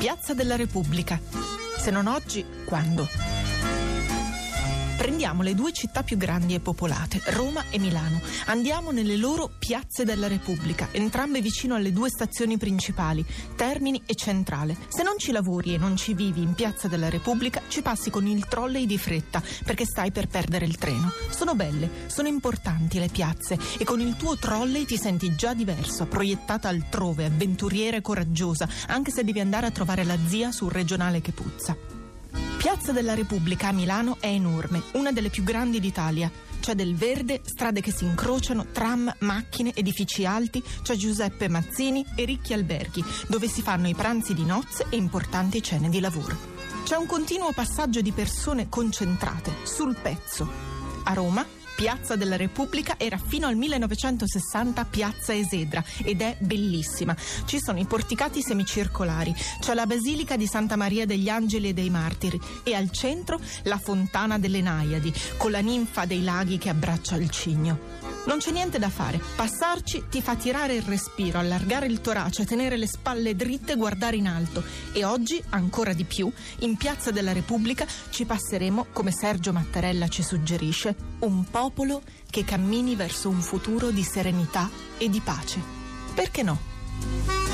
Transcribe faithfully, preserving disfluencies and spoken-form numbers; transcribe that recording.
Piazza della Repubblica. Se non oggi, quando? Prendiamo le due città più grandi e popolate, Roma e Milano. Andiamo nelle loro piazze della Repubblica, entrambe vicino alle due stazioni principali, Termini e Centrale. Se non ci lavori e non ci vivi in Piazza della Repubblica, ci passi con il trolley di fretta, perché stai per perdere il treno. Sono belle, sono importanti le piazze, e con il tuo trolley ti senti già diverso, proiettata altrove, avventuriera e coraggiosa, anche se devi andare a trovare la zia sul regionale che puzza. Piazza della Repubblica a Milano è enorme, una delle più grandi d'Italia. C'è del verde, strade che si incrociano, tram, macchine, edifici alti, c'è Giuseppe Mazzini e ricchi alberghi, dove si fanno i pranzi di nozze e importanti cene di lavoro. C'è un continuo passaggio di persone concentrate, sul pezzo. A Roma, Piazza della Repubblica era fino al millenovecentosessanta Piazza Esedra ed è bellissima. Ci sono i porticati semicircolari, c'è la Basilica di Santa Maria degli Angeli e dei Martiri e al centro la Fontana delle Naiadi, con la ninfa dei laghi che abbraccia il Cigno. Non c'è niente da fare, passarci ti fa tirare il respiro, allargare il torace, tenere le spalle dritte e guardare in alto. E oggi, ancora di più, in Piazza della Repubblica ci passeremo, come Sergio Mattarella ci suggerisce, un popolo che cammini verso un futuro di serenità e di pace. Perché no?